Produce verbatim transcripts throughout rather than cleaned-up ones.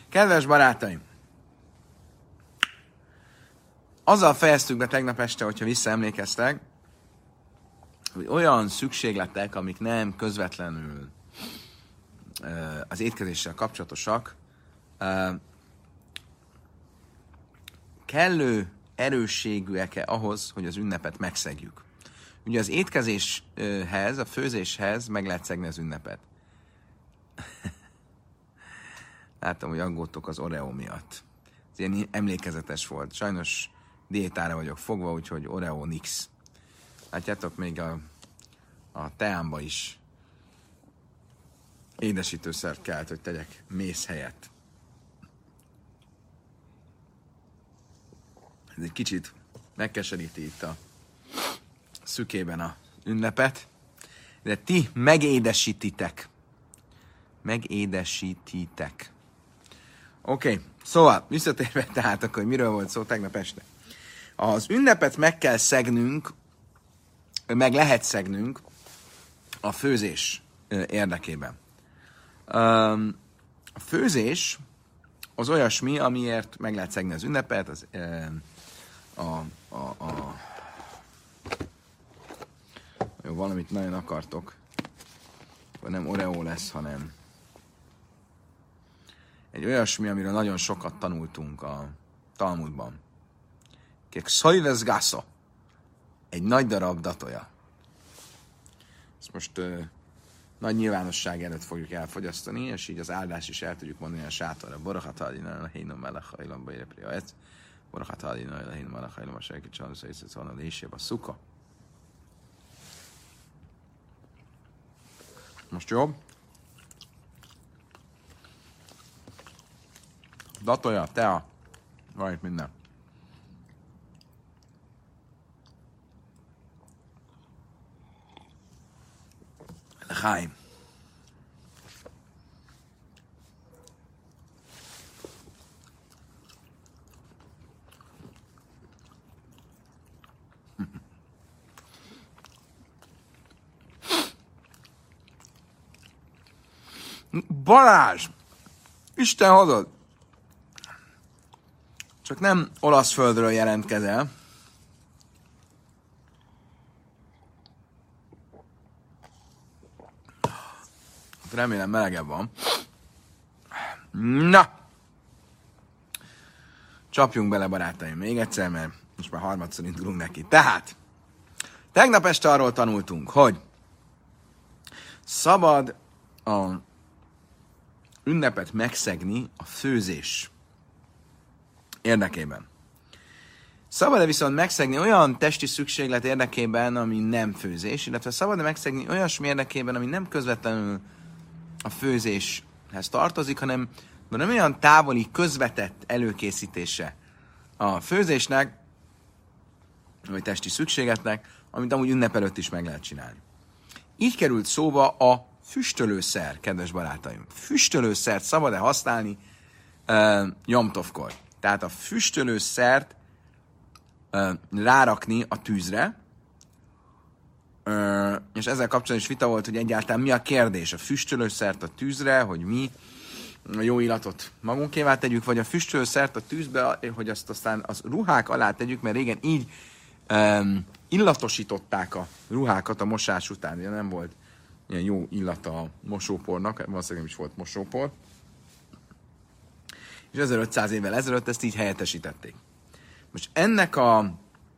Kedves barátaim! Azzal fejeztük be tegnap este, hogyha visszaemlékeztek, hogy olyan szükségletek, amik nem közvetlenül az étkezéssel kapcsolatosak, kellő erősségűek-e ahhoz, hogy az ünnepet megszegjük. Ugye az étkezéshez, a főzéshez meg lehet szegni az ünnepet. Láttam, hogy aggódtok az Oreo miatt. Ez ilyen emlékezetes volt. Sajnos diétára vagyok fogva, úgyhogy Oreo nix. Látjátok, még a, a teámba is édesítőszert kellett, hogy tegyek méz helyett. Ez egy kicsit megkeseríti itt a szükében a ünnepet, de ti megédesítitek. Megédesítitek. Oké, okay. Szóval visszatérve tehát akkor, hogy miről volt szó tegnap este. Az ünnepet meg kell szegnünk, meg lehet szegnünk a főzés érdekében. A főzés az olyasmi, amiért meg lehet szegni az ünnepet, az, a, a, a, jó, valamit nagyon akartok, vagy nem Oreo lesz, hanem egy olyasmi, amiről nagyon sokat tanultunk a Talmudban. Kek szajvesz gásza. Egy nagy darab datoja. Ezt most uh, nagy nyilvánosság előtt fogjuk elfogyasztani, és így az áldás is el tudjuk mondani a sátorra. Borachat hadina, a hénom melechajlom, bajrepria ez. Borachat hadina, a hénom melechajlom, a sejkit csanusz, a észre van a lésébb a szuka. Most jobb. Datoja, tea, valamit minden. L'chaim. Balázs! Isten hozod! Csak nem olasz földről jelentkezel. Remélem melegebb van. Na! Csapjunk bele, barátaim, még egyszer, mert most már harmadszor indulunk neki. Tehát, tegnap este arról tanultunk, hogy szabad a ünnepet megszegni a főzés érdekében. Szabad-e viszont megszegni olyan testi szükséglet érdekében, ami nem főzés, illetve szabad-e megszegni olyasmi érdekében, ami nem közvetlenül a főzéshez tartozik, hanem nem olyan távoli, közvetett előkészítése a főzésnek, vagy testi szükségletnek, amit amúgy ünnep előtt is meg lehet csinálni. Így került szóba a füstölőszer, kedves barátaim. Füstölőszert szabad-e használni uh, Jomtovkor? Tehát a füstölőszert uh, rárakni a tűzre, uh, és ezzel kapcsolatban is vita volt, hogy egyáltalán mi a kérdés. A füstölőszert a tűzre, hogy mi a jó illatot magunkévá tegyük, vagy a füstölőszert a tűzbe, hogy azt aztán az ruhák alá tegyük, mert régen így um, illatosították a ruhákat a mosás után. Ugye nem volt ilyen jó illata a mosópornak, valószínűleg nem is volt mosópor. És ezerötszáz évvel ezelőtt ezt így helyettesítették. Most ennek a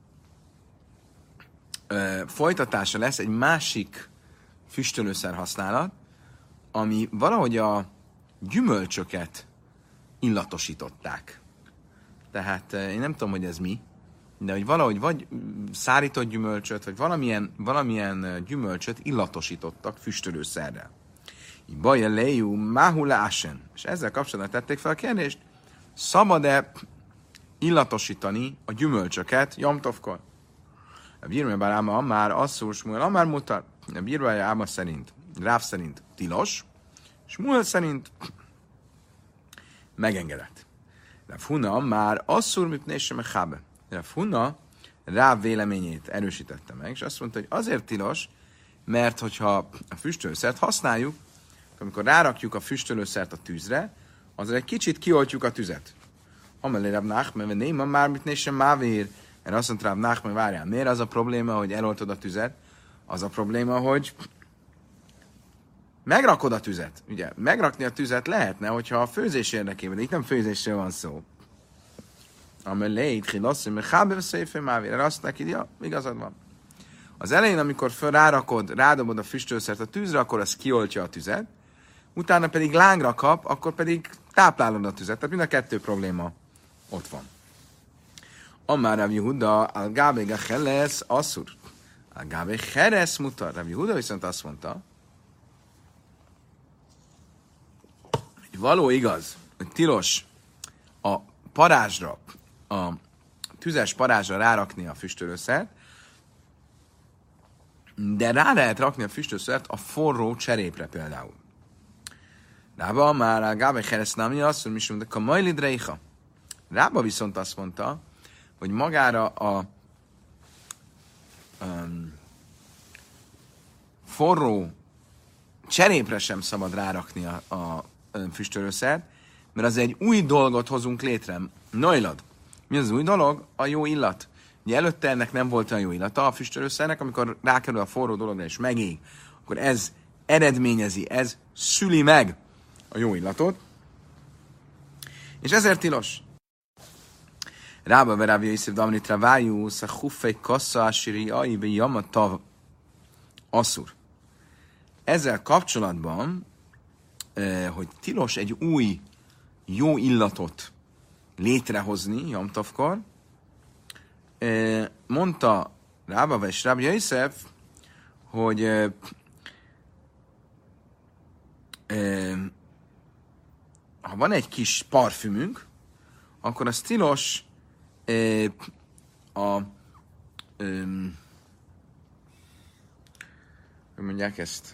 ö, folytatása lesz egy másik füstölőszer használat, ami valahogy a gyümölcsöket illatosították. Tehát én nem tudom, hogy ez mi, de hogy valahogy vagy szárított gyümölcsöt, vagy valamilyen, valamilyen gyümölcsöt illatosítottak füstölőszerrel. Baja lejú, máhula ásen. És ezzel kapcsolatban tették fel a kérdést, szabad-e illatosítani a gyümölcsöket Jomtovkor? A bírmebár áma már asszúr, Smuel már mutat. A bírvája áma szerint, Ráv szerint tilos, Smuel szerint megengedett. De Funa már asszúr mipnésem chábe. De Funa Ráv véleményét erősítette meg, és azt mondta, hogy azért tilos, mert hogyha a füstölőszert használjuk, amikor rárakjuk a füstölőszert a tűzre, azzal egy kicsit kioltjuk a tüzet. Amelé Rab Nachman, néma már mit nésem mávér. Mert azt mondta Rab Nachman, várjál, miért az a probléma, hogy eloltod a tüzet? Az a probléma, hogy megrakod a tüzet. Ugye, megrakni a tüzet lehetne, hogyha a főzés érdekében, de itt nem főzésről van szó. Amelé, itt hilasszim, mert hábe szépen mávér. Erre azt neki, ja, igazad van. Az elején, amikor föl rárakod, rádobod a füstölszert a tűzre, akkor az kioltja a tüzet, utána pedig lángra kap, akkor pedig táplálod a tüzet. Tehát mind a kettő probléma ott van. Amár Rav Yehuda, al gábe gecheles asszur. Al gábe cheres mutar. Rav Yehuda viszont azt mondta, hogy való igaz, hogy tilos a parázsra, a tüzes parázsra rárakni a füstölőszert, de rá lehet rakni a füstölőszert a forró cserépre például. Rába már a gábe cheres námi azt, hogy mi sem, de kamajli dreicha. Rába viszont azt mondta, hogy magára a um, forró cserépre sem szabad rárakni a, a, a füstölőszert, mert az egy új dolgot hozunk létre. Najlad. Mi az új dolog? A jó illat. Ugye előtte ennek nem volt olyan jó illata a füstölőszernek, amikor rákerül a forró dologra és megég, akkor ez eredményezi, ez szüli meg a jó illatot, és ezért tilos. Rába verávja iszév damnitra vájusz, a huffej kassa asiri aibe jamatav asszur. Ezzel kapcsolatban, hogy tilos egy új jó illatot létrehozni jamtavkor, mondta Rába és Rába Jöjszef, hogy ha van egy kis parfümünk, akkor az tilos a hogy mondják ezt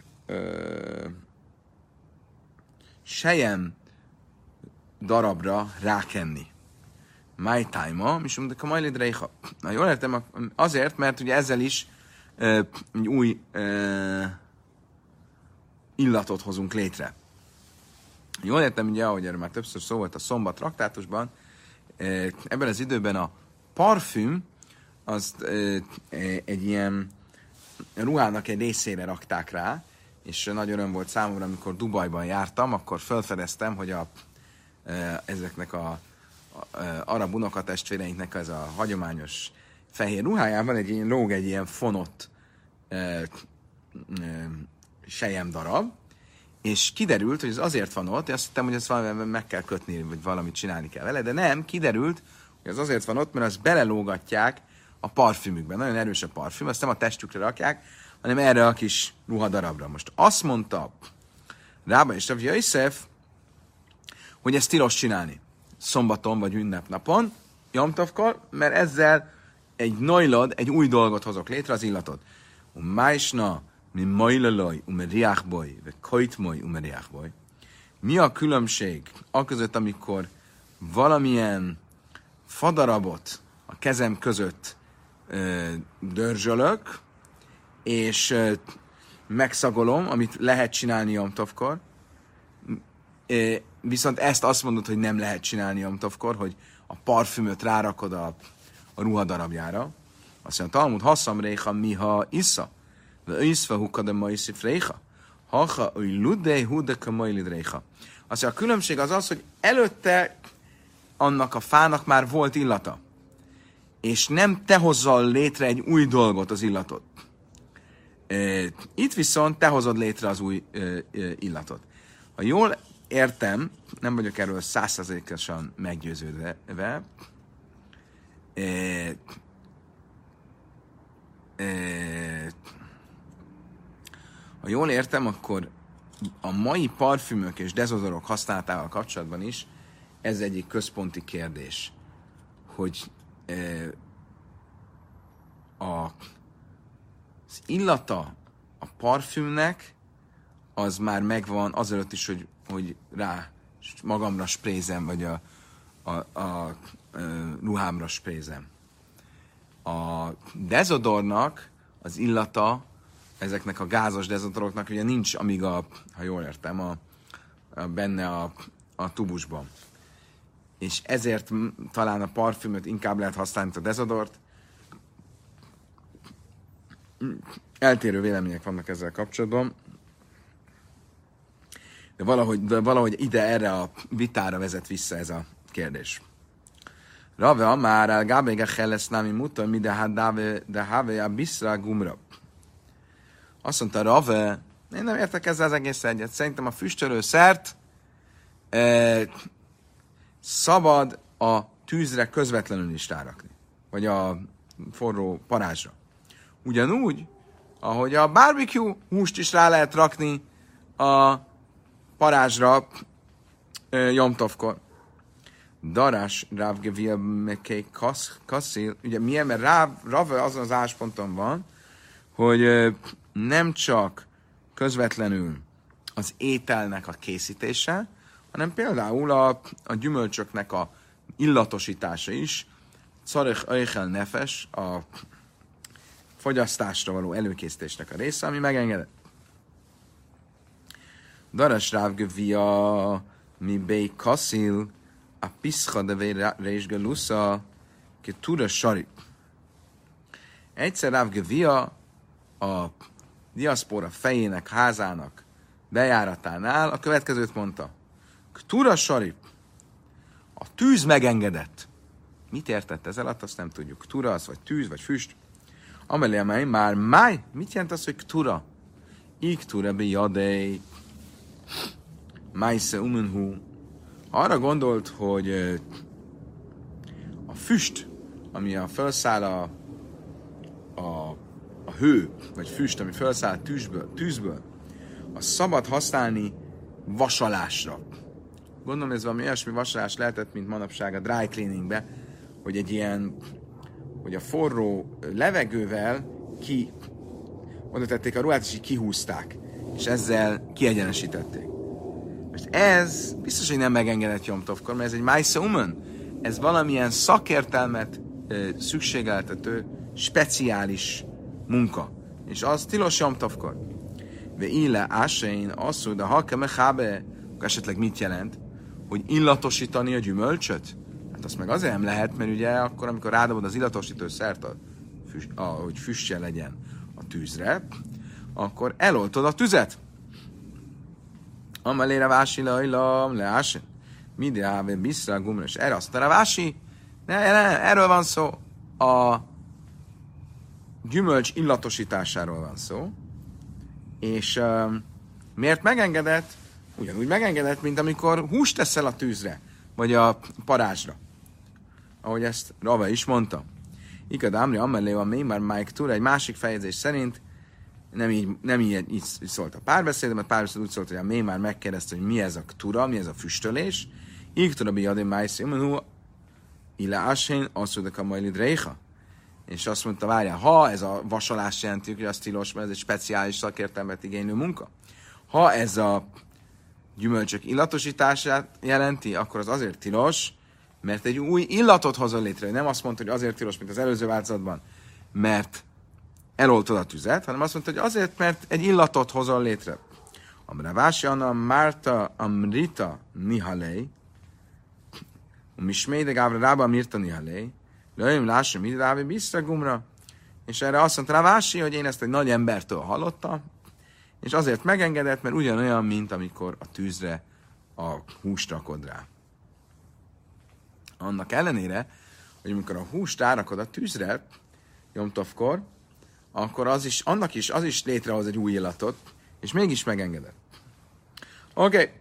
sejem darabra rákenni. My time-a, mi sem, de kamajli dreicha. Na jól értem, azért, mert ugye ezzel is uh, egy új uh, illatot hozunk létre. Jól értem, ugye, ahogy erről már többször szó volt a Szombat traktátusban, uh, ebben az időben a parfüm azt uh, egy ilyen ruhának egy részére rakták rá, és nagy öröm volt számomra, amikor Dubajban jártam, akkor felfedeztem, hogy a, uh, ezeknek a arab unokatestvéreinknek ez a hagyományos fehér ruhájában egy ilyen lóg, egy ilyen fonott e, e, sejem darab, és kiderült, hogy ez azért van ott, azt hittem, hogy ezt valamivel meg kell kötni, vagy valamit csinálni kell vele, de nem, kiderült, hogy ez azért van ott, mert azt belelógatják a parfümükben. Nagyon erős a parfüm, azt nem a testükre rakják, hanem erre a kis ruhadarabra. Most azt mondta Rába és Rav Jöjszef, hogy ezt tilos csinálni szombaton vagy ünnepnapon, jamtavkor, mert ezzel egy najlad, egy új dolgot hozok létre, az illatot. Um májsna, mi majlalaj, um riachboly, ve kajtmoly, um riachboly. Mi a különbség aközött, amikor valamilyen fadarabot a kezem között ö, dörzsölök, és ö, megszagolom, amit lehet csinálni jamtavkor, viszont ezt azt mondod, hogy nem lehet csinálni jamtavkor, hogy a parfümöt rárakod a, a ruhadarabjára. Azt mondja, Talmud, hasszam réha miha issza, de iszfa hukad a maiszi réha, haha új ludej hudeka majlid réha. Azt mondja, a különbség az az, hogy előtte annak a fának már volt illata, és nem te hozzal létre egy új dolgot, az illatot. Itt viszont te hozod létre az új illatot. Ha jól értem, nem vagyok erről százszerzékosan meggyőződve. E, e, ha jól értem, akkor a mai parfümök és dezodorok használatával kapcsolatban is ez egyik központi kérdés, hogy e, a, az illata a parfümnek az már megvan azelőtt is, hogy hogy rá magamra sprézem, vagy a, a, a, a ruhámra sprézem. A dezodornak az illata, ezeknek a gázos dezodoroknak ugye nincs, amíg a, ha jól értem, a, a benne a, a tubusban. És ezért talán a parfümöt inkább lehet használni, mint a dezodort. Eltérő vélemények vannak ezzel kapcsolatban. De valahogy, de valahogy ide erre a vitára vezet vissza ez a kérdés. Rave amár el gábége hellesz námi muta, mi de hát de have a biszra gumra. Azt mondta Rave, én nem értek ezzel az egész egyet. Szerintem a füstölőszert e, szabad a tűzre közvetlenül is rárakni. Vagy a forró parázsra. Ugyanúgy, ahogy a barbecue húst is rá lehet rakni a parázsra e, Jomtovkor. Darás Rav Gevia Mekei Kasszil. Ugye milyen, mert Rav, Rave azon az állásponton van, hogy e, nem csak közvetlenül az ételnek a készítése, hanem például a, a gyümölcsöknek a illatosítása is, Czarech Eichel Nefes, a fogyasztásra való előkészítésnek a része, ami megengedett. Daras Rav Gevia mi Bei Kasszil, a Pischa de Reisgelusza, ki Tura Sari. Egyszer Rav Gevia a diaszpora fejének, házának bejáratánál a következőt mondta. Ktura Sarip, a tűz megengedett. Mit értett ez alatt, azt nem tudjuk. Ktura az, vagy tűz, vagy füst. Amelé amely már máj, mit jelent az, hogy ktura? Iktura be jadei, májsze umenhu. Arra gondolt, hogy a füst, ami a felszáll a, a a hő, vagy füst, ami felszáll a tűzből, tűzből, az szabad használni vasalásra. Gondolom, ez valami olyasmi vasalás lehetett, mint manapság a dry cleaningbe, hogy egy ilyen, hogy a forró levegővel ki, oda tették a ruhát, és így kihúzták, és ezzel kiegyenesítették. Most ez biztos, hogy nem megengedett Jomtovkor, mert ez egy májsze umen, ez valamilyen szakértelmet ö, szükségeltető, speciális munka. És az tilos Jomtovkor. Ve ille ásein asszú, de ha kemehábe, akkor esetleg mit jelent? Hogy illatosítani a gyümölcsöt? Hát azt meg azért nem lehet, mert ugye akkor, amikor rádobod az illatosító szert, a füst, a, hogy füstje legyen a tűzre, akkor eloltod a tüzet. Amelére vási lajlam, le ásen. Mideáve biszra gumra, és erre azt mondta, vási, ne, ne, erről van szó. A gyümölcs illatosításáról van szó, és uh, miért megengedett? Ugyanúgy megengedett, mint amikor húst teszel a tűzre, vagy a parázsra. Ahogy ezt Rave is mondta. Ikad Amri amellé van még már Mike Tura, egy másik fejezés szerint nem így, nem így, így szólt a párbeszéd, mert a párbeszéd úgy szólt, hogy a mély már megkérdezte, hogy mi ez a tura, mi ez a füstölés. Így tura bi adé májsz imenu, illa asén, asszudek a majlid réha. És azt mondta, várjál, ha ez a vasalás jelenti, hogy az tilos, mert ez egy speciális szakértelmet igénylő munka. Ha ez a gyümölcsök illatosítását jelenti, akkor az azért tilos, mert egy új illatot hozol létre. Nem azt mondta, hogy azért tilos, mint az előző változatban, mert eloltod a tüzet, hanem azt mondta, hogy azért, mert egy illatot hozol létre. Amra vási anna Márta Amrita Nihalei, Misméde Gávra Rába Mirta Nihalei, Lőjüm lássam, mit rávé bisztragumra. És erre azt mondta rá Vási, hogy én ezt egy nagy embertől hallottam, és azért megengedett, mert ugyanolyan, mint amikor a tűzre a húst rakod rá. Annak ellenére, hogy amikor a húst rárakod a tűzre, Jomtovkor, akkor az is, annak is, az is létrehoz egy új illatot, és mégis megengedett. Oké. Okay.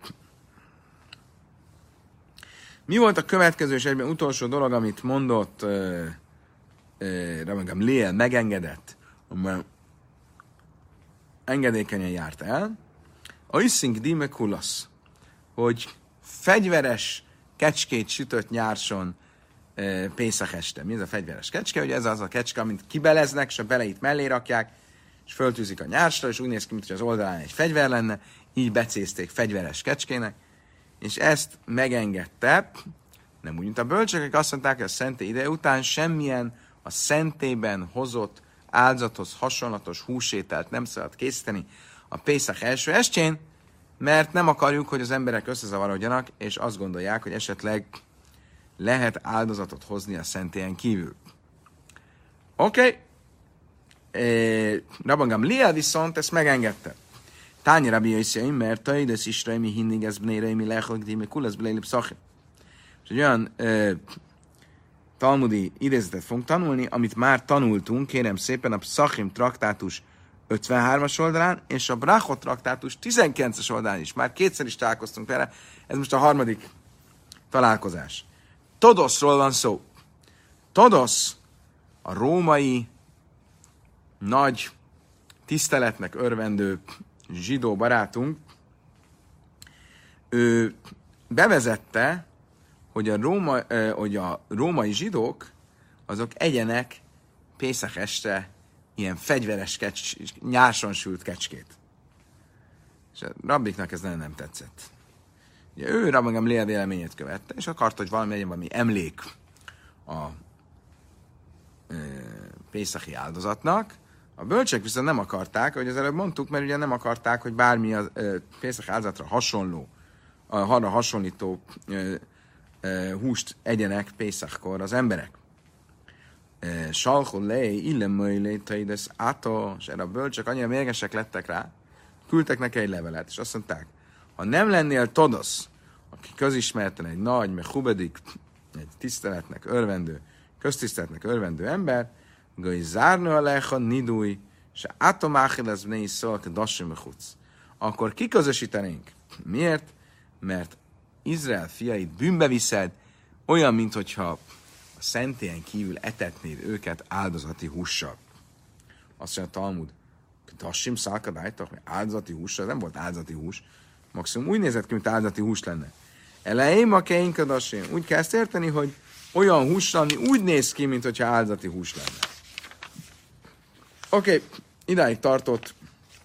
Mi volt a következő és egyben utolsó dolog, amit mondott, uh, uh, remélem, Léel megengedett, mert engedékenyen járt el, a iszink dime kulasz, hogy fegyveres kecskét sütött nyárson uh, Pészak este. Mi ez a fegyveres kecske? Ugye ez az a kecske, amit kibeleznek, és a beleit mellé rakják, és föltűzik a nyársra, és úgy néz ki, mintha az oldalán egy fegyver lenne, így becézték fegyveres kecskének, és ezt megengedte, nem úgy, mint a bölcsek, akik azt mondták, hogy a szentély ideje után semmilyen a szentében hozott áldozathoz hasonlatos húsételt nem szabad készíteni a Pészak első estjén, mert nem akarjuk, hogy az emberek összezavarodjanak, és azt gondolják, hogy esetleg lehet áldozatot hozni a szentélyen kívül. Oké. Okay. Rabban Gamliel viszont ezt megengedte. Tányi Rabbi Jöjszjaim, mert Taides Israimi hinnig ez bnéreimi lechogdimi kulesz bléli pszachim. És egy olyan ö, talmudi idézetet fogunk tanulni, amit már tanultunk, kérem szépen, a Pszachim traktátus ötvenhármas oldalán, és a Brachot traktátus tizenkilences oldalán is. Már kétszer is találkoztunk vele, ez most a harmadik találkozás. Todoszról van szó. Todosz a római nagy tiszteletnek örvendő zsidó barátunk, ő bevezette, hogy a, Róma, hogy a római zsidók azok egyenek Pészak este ilyen fegyveres, kecs, nyárson sült kecskét. És a rabbiknak ez nagyon nem tetszett. Ugye ő Rabban Gamliel véleményét követte, és akart, hogy valami legyen valami emlék a e, pészaki áldozatnak. A bölcsek viszont nem akarták, ahogy az előbb mondtuk, mert ugye nem akarták, hogy bármi a e, pészaki áldozatra hasonló, a arra hasonlító e, e, húst egyenek pészakkor az emberek. Salchol lej, illemöjlé, taides áto, és erre a bölcsök annyira mérgesek lettek rá, küldtek neki egy levelet, és azt mondták, ha nem lennél Todosz, aki közismerten egy nagy, meg hubedik, egy tiszteletnek örvendő, köztiszteletnek örvendő ember, gőj zárnő a lecha nidúj, se átomáchil az bnei szolk dassi mechutz. Akkor kiközösítenénk. Miért? Mert Izrael fiait bűnbe viszed, olyan, minthogyha szentélyen kívül etetnéd őket áldozati hússal. Azt mondja a Talmud, Tassim szálkadájtak, hogy áldozati hússal, nem volt áldozati hús, maximum úgy nézett ki, mint áldozati hús lenne. Elején a keinkadassim, úgy kell ezt érteni, hogy olyan hússal, ami úgy néz ki, mint hogyha áldozati hús lenne. Oké, okay, idáig tartott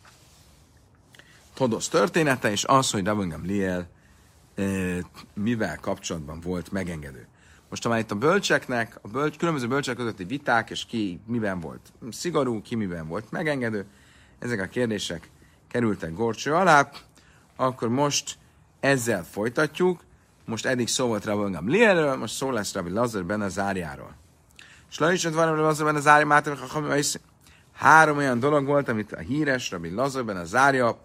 Todosz története, és az, hogy Rabban Gamliel eh, mivel kapcsolatban volt megengedő. Most ha már itt a bölcseknek, a bölcs, különböző bölcsek közötti viták, és ki miben volt szigorú, ki miben volt megengedő, ezek a kérdések kerültek górcső alá, akkor most ezzel folytatjuk. Most eddig szó volt Rabban Gamlielről, most szó lesz Rabbi Lazar ben Azárjáról. És le is van Rabbi Lazar ben Azárja, Máté, három olyan dolog volt, amit a híres Rabbi Lazar ben Azárja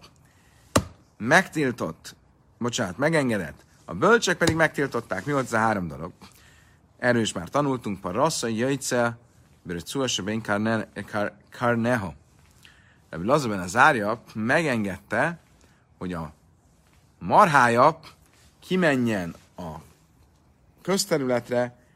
megtiltott, bocsánat, megengedett, a bölcsek pedig megtiltották. Mi volt ez a három dolog? Erről is már tanultunk, parassa, jöjjtse, bőröcúasa, ben karneho. Rabbi Lazar ben Azárja megengedte, hogy a marhája kimenjen a közterületre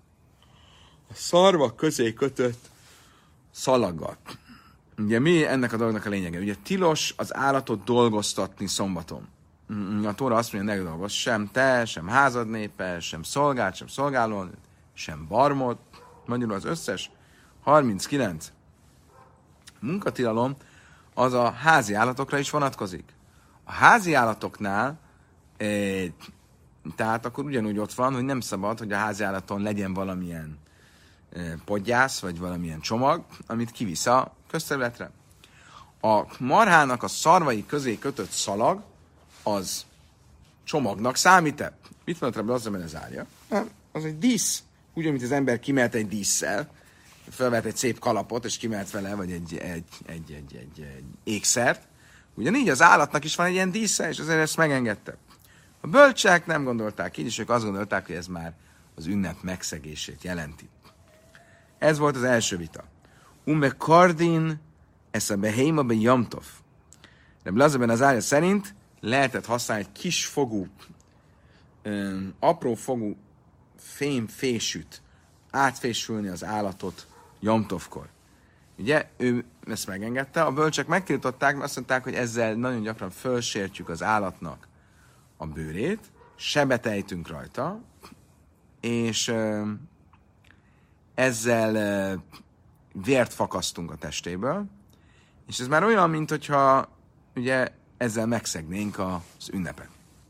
a szarvak közé kötött szalaggal. Ugye mi ennek a dolognak a lényege? Ugye tilos az állatot dolgoztatni szombaton. A Tóra azt mondja, ne dolgoz sem te, sem házad népe, sem szolgált, sem szolgáló, sem barmot, magyarul az összes harminckilenc munkatilalom az a házi állatokra is vonatkozik. A házi állatoknál eh, tehát akkor ugyanúgy ott van, hogy nem szabad, hogy a házi állaton legyen valamilyen eh, podgyász, vagy valamilyen csomag, amit kivisz a közterületre. A marhának a szarvai közé kötött szalag, az csomagnak számít-e? Mit mondta Rabbi Lazar ben Azárja? Az egy dísz. Úgy, mint az ember kimelt egy dísszel, felvett egy szép kalapot, és kimelt vele, vagy egy, egy, egy, egy, egy, egy ékszert. Ugyanígy az állatnak is van egy ilyen dísze, és azért ezt megengedte. A bölcsek nem gondolták így, és ők azt gondolták, hogy ez már az ünnep megszegését jelenti. Ez volt az első vita. Ume kardin, ez a behéma be jamtov. Rabbi Lazar ben Azárja szerint lehetett használni egy kis fogú, öm, apró fogú fémfésűt, átfésülni az állatot jamtovkor. Ugye, ő ezt megengedte, a bölcsek megtiltották, mert azt mondták, hogy ezzel nagyon gyakran fölsértjük az állatnak a bőrét, sebet ejtünk rajta, és öm, ezzel öm, vért fakasztunk a testéből, és ez már olyan, mint hogyha ugye ezzel megszegnénk az ünnepet.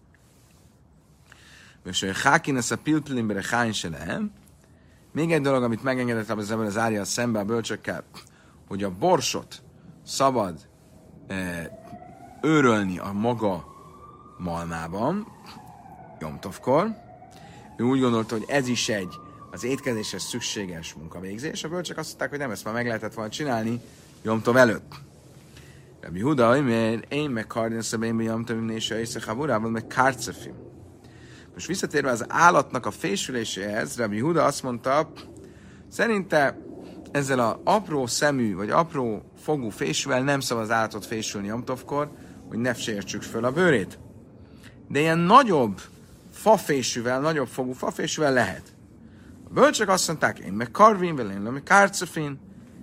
És hogy hákin ezt a pilpilimbere hány se lehem. Még egy dolog, amit megengedett az ebben az árja szembe a bölcsökkel, hogy a borsot szabad e, őrölni a maga malmában, Jomtovkor. Ő úgy gondolta, hogy ez is egy az étkezéshez szükséges munkavégzés. A bölcsek azt mondták, hogy nem, ezt már meg lehetett volna csinálni Jomtov előtt. Rabbi Huda, mert én meg kardinszabénbe Jomtov és a Észak-Haburában meg kárcefim. Most visszatérve az állatnak a fésüléséhez, Rabbi Huda azt mondta, szerinte ezzel az apró szemű, vagy apró fogú fésűvel nem szabad az állatot fésülni Jomtovkor, hogy ne sértsük föl a bőrét. De ilyen nagyobb fafésűvel, nagyobb fogú fafésűvel lehet. A bölcsök azt mondták, én meg karvin, én meg kárcefin.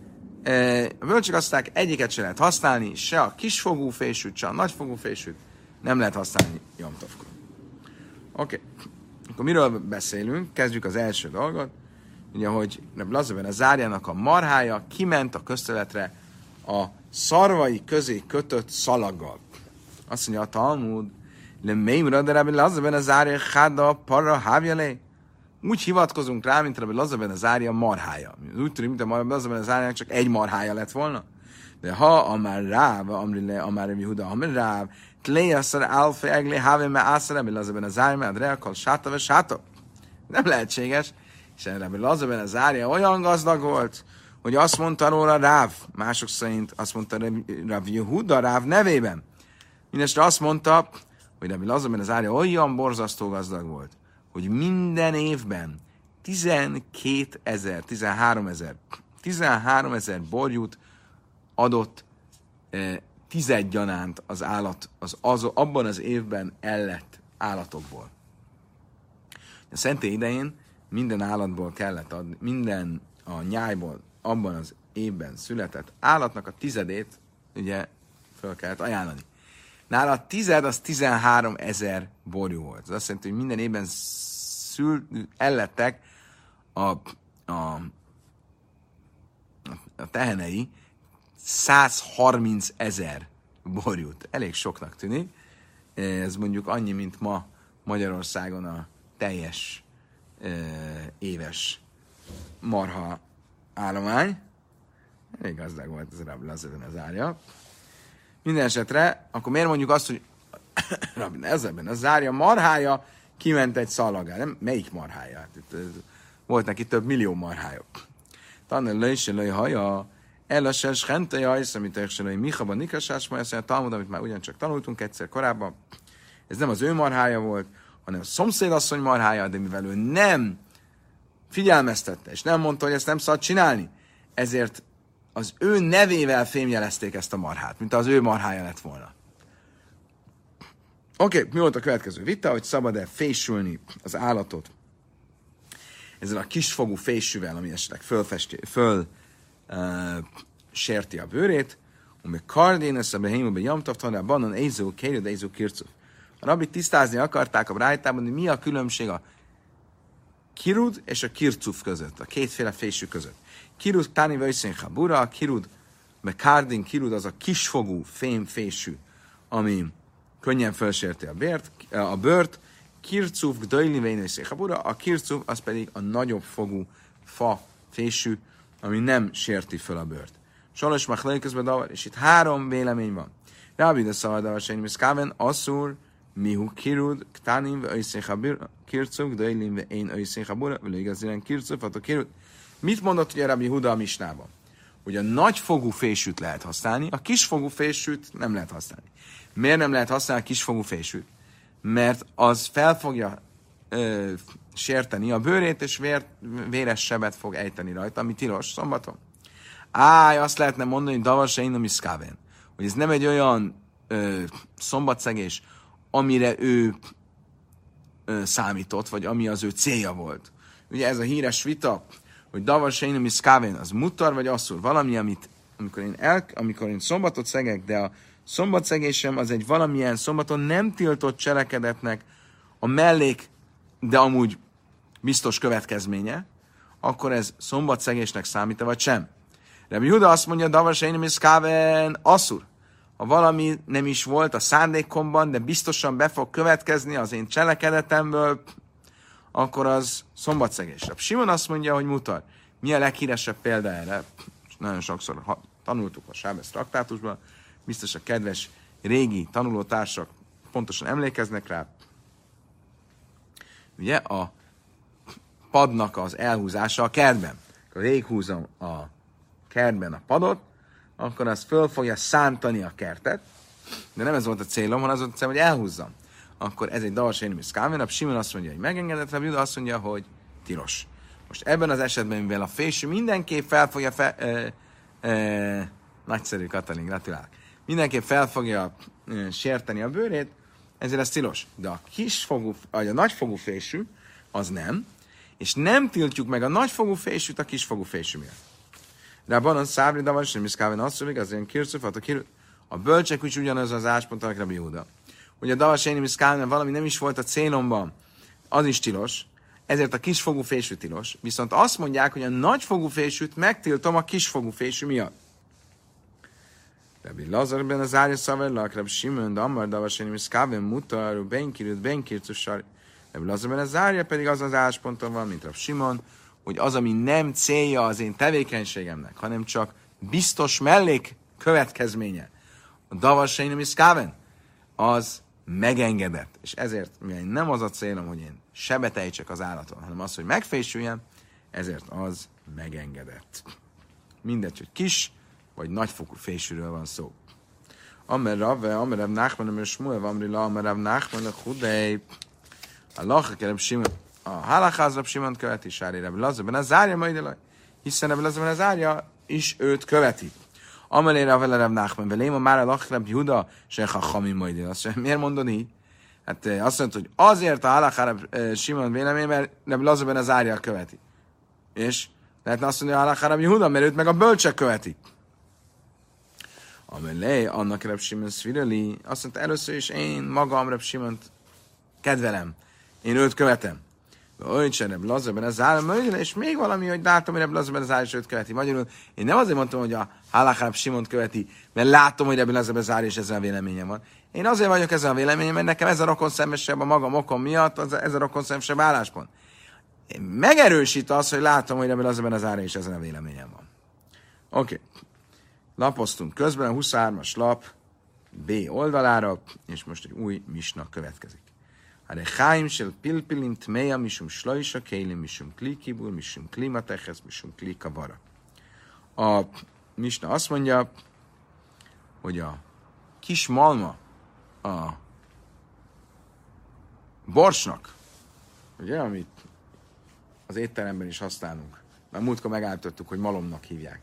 A bölcsök azt mondták, egyiket se lehet használni, se a kisfogú fésűt, se a nagyfogú fésűt nem lehet használni Jomtovkor. Oké, okay. Akkor miről beszélünk? Kezdjük az első dolgot. Ugye, hogy Lazarben a zárjának a marhája kiment a közterületre a szarvai közé kötött szalaggal. Azt mondja a Talmud, le mémra, de Rabbi Lazarben a zárja háda parra hávjalé. Úgy hivatkozunk rá, mint Rabbi Lazarben a zárja marhája. Úgy tűnik, mint a Rabbi Lazarben a zárjának csak egy marhája lett volna. De ha amár ráv, amrile, amár Rabbi Huda, amár ráv, tléjaszar álfe eglé háve me ászar Rabbi Lazarben a zárja, mert reakal sáta ve sáta. Nem lehetséges. És Rabbi Lazarben a zárja olyan gazdag volt, hogy azt mondta róla Ráv, mások szerint azt mondta Rabbi Huda Ráv nevében. Mindenesre azt mondta, hogy Rabbi Lazarben az árja olyan borzasztó gazdag volt, hogy minden évben tizenkétezer, tizenháromezer, tizenháromezer borjút adott eh, tizedgyanánt az állat, az, az, abban az évben ellett állatokból. A szentély idején minden állatból kellett adni, minden a nyájból abban az évben született állatnak a tizedét, ugye, föl kellett ajánlani. Nála a tized az tizenhárom ezer borjú volt. Ez azt jelenti, hogy minden évben szül, ellettek a, a, a tehenei százharminc ezer borjút. Elég soknak tűnik. Ez mondjuk annyi, mint ma Magyarországon a teljes e, éves marha állomány. Elég gazdag volt ez a Rabbi Lazarben az árja. Minden esetre, akkor miért mondjuk azt, hogy Rabbi ezerben az árja marhája kiment egy szalagá. Nem, melyik marhája? Hát itt, volt neki több millió marhája. Tanul le is le haja, el a ses henteja, és amit egy Michaba Nikasás, majd azt mondja, Talmud, amit már ugyancsak tanultunk egyszer korábban. Ez nem az ő marhája volt, hanem a szomszédasszony marhája, de mivel ő nem figyelmeztette, és nem mondta, hogy ezt nem szabad csinálni, ezért az ő nevével fémjelezték ezt a marhát, mint az ő marhája lett volna. Oké, okay, mi volt a következő vita, hogy szabad-e fésülni az állatot ezzel a kisfogú fésűvel, ami esetleg fölfesti, föl uh, sérti a bőrét, ami kardén, ezt a behémőben jamtavtan, a banan ézó, kérjed ézó kircuf. A rabbit tisztázni akarták a brájtában, hogy mi a különbség a kirud és a kircuf között, a kétféle fésű között. Kirud táni vajszén habura, a kirud, meg kárdin kirud az a kisfogú fémfésű, ami könnyen felsérti a, bért, a bőrt, kircuf gdajli vajszén habura, a kircuf az pedig a nagyobb fogú fa fésű, ami nem sérti föl a bőrt. Soros machlai közben davar, és itt három vélemény van. Rábid a szavadávar sejni miszkáven, asszúr, mihu kirud, ktánim vajszén habura, kircuf gdajli vajszén habura, vele igazilán kircuf, attól kirud. Mit mondott ugye Rabbi Huda a misnában? Hogy a nagyfogú fésűt lehet használni, a kisfogú fésűt nem lehet használni. Miért nem lehet használni a kisfogú fésűt? Mert az fel fogja ö, sérteni a bőrét, és vér, véres sebet fog ejteni rajta, ami tilos szombaton. Áj, azt lehetne mondani, hogy davas én nem iszkáven. Hogy ez nem egy olyan ö, szombatszegés, amire ő ö, számított, vagy ami az ő célja volt. Ugye ez a híres vita, hogy davas én nem iszkáven, az mutar, vagy asszur. Valami, amit amikor én, el, amikor én szombatot szegek, de a szombatszegésem az egy valamilyen szombaton nem tiltott cselekedetnek a mellék, de amúgy biztos következménye, akkor ez szombatszegésnek számít-e, vagy sem. Rabbi Huda azt mondja, davas én nem iszkáven, asszur. Ha valami nem is volt a szándékomban, de biztosan be fog következni az én cselekedetemből, akkor az szombatszegés. Simon azt mondja, hogy mutar. Mi a leghíresebb példa erre? Nagyon sokszor ha, tanultuk a Sábesz traktátusban, biztos a kedves régi tanulótársak pontosan emlékeznek rá, ugye a padnak az elhúzása a kertben. Ha végighúzom a kertben a padot, akkor az föl fogja szántani a kertet, de nem ez volt a célom, hanem az volt a célom, hogy elhúzzam. Akkor ez egy davas énim és kávénap. Simon azt mondja, hogy megengedett, Rabbi Juda azt mondja, hogy tilos. Most ebben az esetben, mivel a fésű mindenképp fel fogja fe, ö, ö, nagyszerű Katalin, gratulálok. Mindenképp fel fogja ö, sérteni a bőrét, ezért ez tilos. De a kisfogú, vagy a nagyfogú fésű, az nem, és nem tiltjuk meg a nagyfogú fésűt a kisfogú fésű miatt. De abban a szábri davas énim és kávénap azt mondja, az ilyen kirszufat, a kirő. A bölcsek úgy ugyanaz az áspont, amik Rabbi Juda. Hogy a davas énim és kávénap valami nem is volt a célomban, az is tilos, ezért a kisfogú fésű tilos. Viszont azt mondják, hogy a nagyfogú fésűt megtiltom a kisfogú fésű miatt. Rabbi Lazar ben az árja szavarlak, Rabbi Simon, de Ammar davas énim és kávénap mutar, benkirült, benkirtussar. Rabbi Lazar ben az árja pedig az az állásponton van, mint Rabbi Simon, hogy az, ami nem célja az én tevékenységemnek, hanem csak biztos mellék következménye, a davas énim és kávénap, az megengedett. És ezért, mivel nem az a célom, hogy én sebetejtsek az állaton, hanem az, hogy megfésüljem, ezért az megengedett. Mindegy, hogy kis vagy nagyfokú fésűről van szó. Amer Rave, Amer Rav Nachman, Amer Shmuel, Amri La, Amer Rav Nachman, a Hudei, a Lacha, Reb Simon, a Halacház Reb Simon követi, Sári Reb Lazar, Ben Azárja majd elaj, hiszen Reb Lazar, Ben Azárja is őt követi. Amelére a vele Reb Nachman, velém a már a Lach Reb Juda, se Chachami majd el. Azt miért mondod így? Hát azt mondta, hogy azért a Halachá Reb Simon vélemény, mert Reb Lazar Ben Azárja követi. És lehetne azt mondani, hogy a Halachá Reb Juda, mert őt meg a bölcsek követik. Amelé, annak Reb Simon szvireli, azt mondta, először is én magam Reb Simont kedvelem. Én őt követem. Olyan Reb Lazar Ben Azárja, és még valami, hogy látom, hogy Reb Lazar Ben Azárja is őt követi. Magyarul én nem azért mondtam, hogy a Halachá Reb Simont követi, mert látom, hogy Reb Lazar Ben Azárja is ezzel a véleményem van. Én azért vagyok ezzel a véleményem, mert nekem ez a rokonszembesebb a magam okom miatt, az a, ez a rokonszembesebb álláspont. Én megerősít az, hogy látom, hogy Reb Lazar Ben Azárja is ezen a véleményem van. Oké. Okay. Lapoztunk közben a huszonhármas lap B oldalára, és most egy új misna következik. Hare Chaim shel pilpilin tmeja misum shloisha keilim misum kli kibur misum kli mateches misum kli kavara. A misna azt mondja, hogy a kis malma a borsnak, ugye, amit az étteremben is használunk, mert múltkor megállítottuk, hogy malomnak hívják.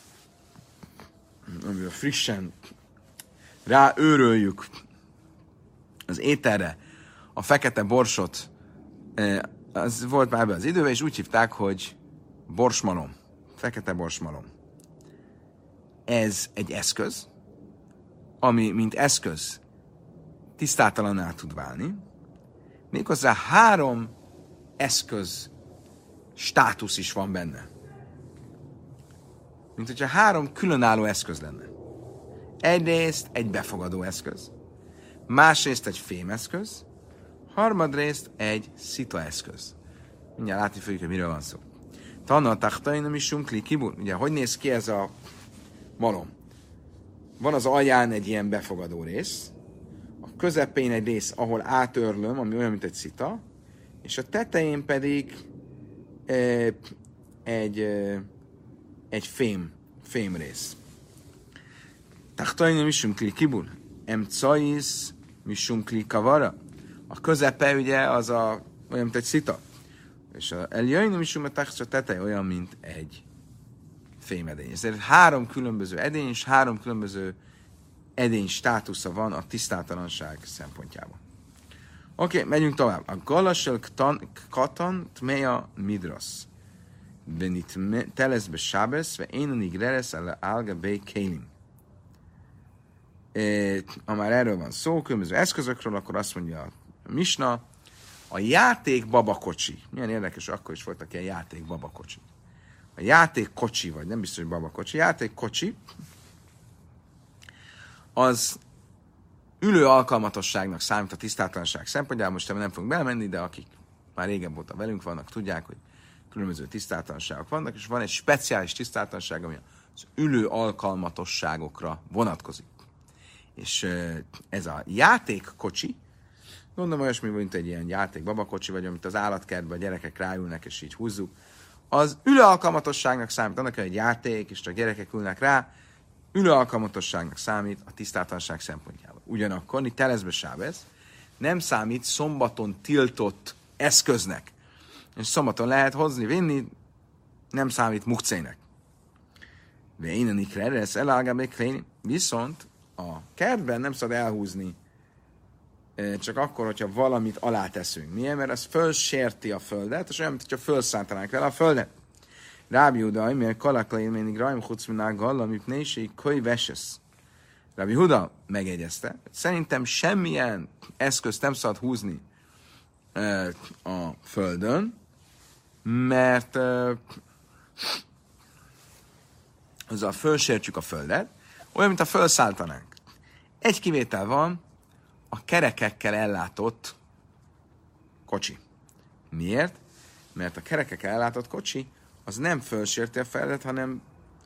Amivel frissen ráőröljük az ételre a fekete borsot, az volt már ebben az időben, és úgy hívták, hogy borsmalom, fekete borsmalom. Ez egy eszköz, ami, mint eszköz, tisztátalanná tud válni. Méghozzá három eszköz státusz is van benne. Mint hogyha három különálló eszköz lenne. Egyrészt egy befogadó eszköz, másrészt egy fémeszköz, harmadrészt egy szita eszköz. Mindjárt látni fogjuk, hogy miről van szó. Tanna tachtainam isum kli kibur. Ugye, hogy néz ki ez a malom? Van az alján egy ilyen befogadó rész, a közepén egy rész, ahol átörlöm, ami olyan, mint egy szita, és a tetején pedig e, egy, e, egy fém, fém rész. Tachtainam isum kli kibur. Emcais misum kli kavara. A közepe ugye az a, olyan, mint egy szita. És a eljöjjön is, a teteje olyan, mint egy fémedény. Ezért három különböző edény és három különböző edény státusza van a tisztátalanság szempontjából. Oké, okay, megyünk tovább. A galasel katan tmeja midras. Benit teleszbe sábesz, ve énanig reres el alga be kélim. Ha már erről van szó, különböző eszközökről, akkor azt mondja a misna, a játék babakocsi. Milyen érdekes, akkor is voltak ilyen játék babakocsi. A játék kocsi, vagy nem biztos, hogy babakocsi. Játék kocsi, az ülő alkalmatosságnak számít a tisztátalanság szempontjából. Most nem fogunk belemenni, de akik már régebb óta velünk vannak, tudják, hogy különböző tisztátalanságok vannak, és van egy speciális tisztátalanság, ami az ülő alkalmatosságokra vonatkozik. És ez a játékkocsi, gondolom olyasmi, mint egy ilyen játék babakocsi, vagy amit az állatkertben a gyerekek ráülnek, és így húzzuk, az ülőalkalmatosságnak számít. Annak egy játék, és a gyerekek ülnek rá, ülőalkalmatosságnak számít a tisztátalanság szempontjából. Ugyanakkor, itt teleszbe sábez, nem számít szombaton tiltott eszköznek. És szombaton lehet hozni, vinni, nem számít mukcének. De innen ikre, ez elágám viszont a kertben nem szabad elhúzni csak akkor, hogyha valamit alá teszünk. Miért? Mert ez fölsérti a földet, és olyan, mint hogyha fölszántanánk vele a földet. Rábi Huda, miért kalaklai mindig rajm chucminál galla, amit néség köly vesesz. Rábi Huda megjegyezte, szerintem semmilyen eszközt nem szabad húzni a földön, mert azzal fölsértjük a földet, olyan, mint a fölszálltanánk. Egy kivétel van, a kerekekkel ellátott kocsi. Miért? Mert a kerekekkel ellátott kocsi az nem fölsérti a földet, hanem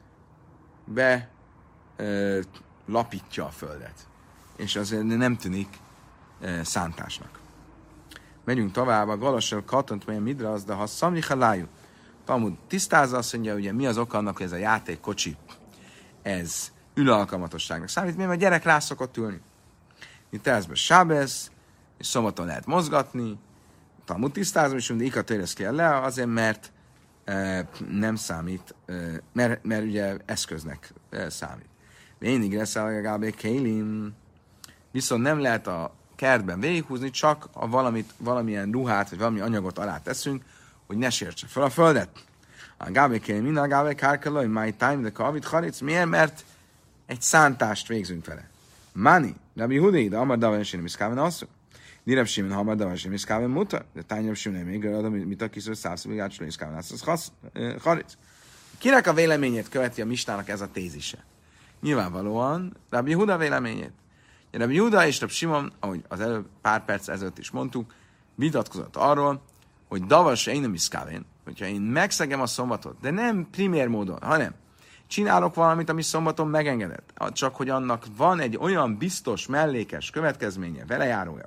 be ö, lapítja a földet. És azért nem tűnik ö, szántásnak. Megyünk tovább, a Galasel katant, melyen midra az, de ha szamlicha lájú. Talmud tisztázza, azt mondja, ugye mi az oka annak, hogy ez a játékkocsi, ez ülőalkalmatosságnak számít, mert a gyerek rá szokott ülni. Itt ezben sábez, és szombaton lehet mozgatni, Talmud tisztázom, és mindig ikatérez ki le, azért, mert e, nem számít, e, mert, mert ugye eszköznek e, számít. Én lesz legalább kélim, viszont nem lehet a kertben végighúzni, csak a valamit, valamilyen ruhát, vagy valami anyagot alá teszünk, hogy ne sértse fel a földet. A gábé kélim, minden a gábé kárkelaj, my time, de kavit haric. Miért? Mert egy szántást végzünk vele. Mani, Rabbi Hudai, de Amar Davar Esénem Iszkáven asszony. Dirab Simen, ha Amar Davar Esénem Iszkáven muta, de Tány Rab Simen még arra, mit a kiszor szávszor, gácsoló Iszkáven asszony. Haric. Kinek a véleményét követi a Misnának ez a tézise? Nyilvánvalóan Rabbi Huda véleményét. Rabbi Huda és Rab Simon, ahogy az előbb pár perc ezelőtt is mondtuk, vitatkozott arról, hogy Davar Esénem Iszkáven, hogyha én megszegem a szombatot, de nem primér módon, hanem csinálok valamit, ami szombaton megengedett. Csak hogy annak van egy olyan biztos, mellékes következménye, velejárója,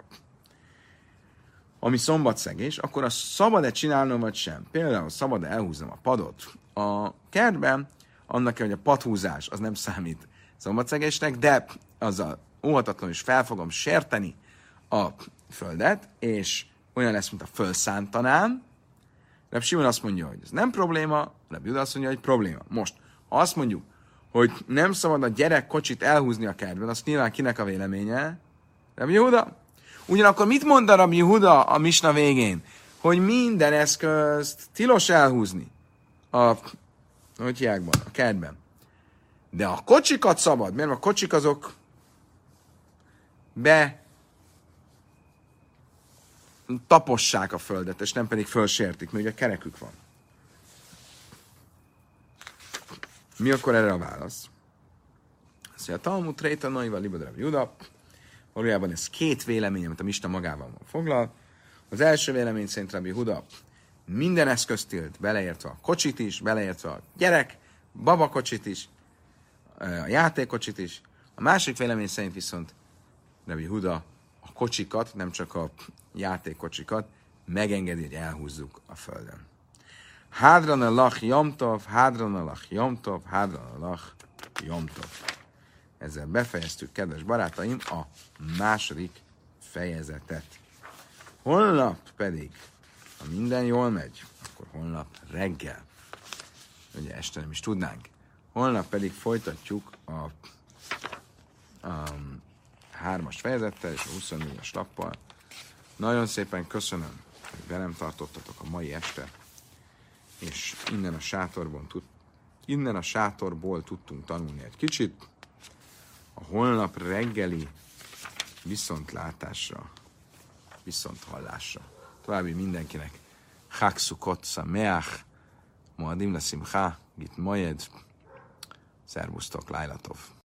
ami szombatszegés, akkor azt szabad-e csinálnom, vagy sem? Például szabad-e elhúznom a padot a kertben, annak, hogy a padhúzás az nem számít szombatszegésnek, de azzal óhatatlanul is fel fogom sérteni a földet, és olyan lesz, mint a fölszántanám. Reb Simon azt mondja, hogy ez nem probléma, Reb Juda azt mondja, hogy probléma. Most, ha azt mondjuk, hogy nem szabad a gyerek kocsit elhúzni a kertben, azt nyilván kinek a véleménye? Reb Juda. Ugyanakkor mit mond a Reb Juda a misna végén? Hogy minden eszközt tilos elhúzni a, hogy hiákban, a kertben. De a kocsikat szabad, mert a kocsik azok be tapossák a földet, és nem pedig fölsértik, mert ugye kerekük van. Mi akkor erre a válasz? Azt mondja, a Talmud Tréta Noiva Libad Reb Juda. Valójában ez két vélemény, amit a Misna magával van foglal. Az első vélemény szerint Rabbi Huda minden eszközt tilt, beleértve a kocsit is, beleértve a gyerek, babakocsit is, a játékkocsit is. A másik vélemény szerint viszont Rabbi Huda a kocsikat, nem csak a játékkocsikat megengedi, hogy elhúzzuk a földön. Hádran a lach jomtov, hádran a lach jomtov, hádran a lach jomtov. Ezzel befejeztük, kedves barátaim, a második fejezetet. Holnap pedig, ha minden jól megy, akkor holnap reggel, ugye este nem is tudnánk, holnap pedig folytatjuk a, a hármas fejezettel és a huszonnégyes lappal. Nagyon szépen köszönöm, hogy velem tartottatok a mai este, és innen a sátorból, tud, innen a sátorból tudtunk tanulni egy kicsit. A holnap reggeli viszontlátásra, viszonthallásra. További mindenkinek Chag Szukot Sameach, Moadim Leszimcha, Git Moed, szervusztok, Lájlatov.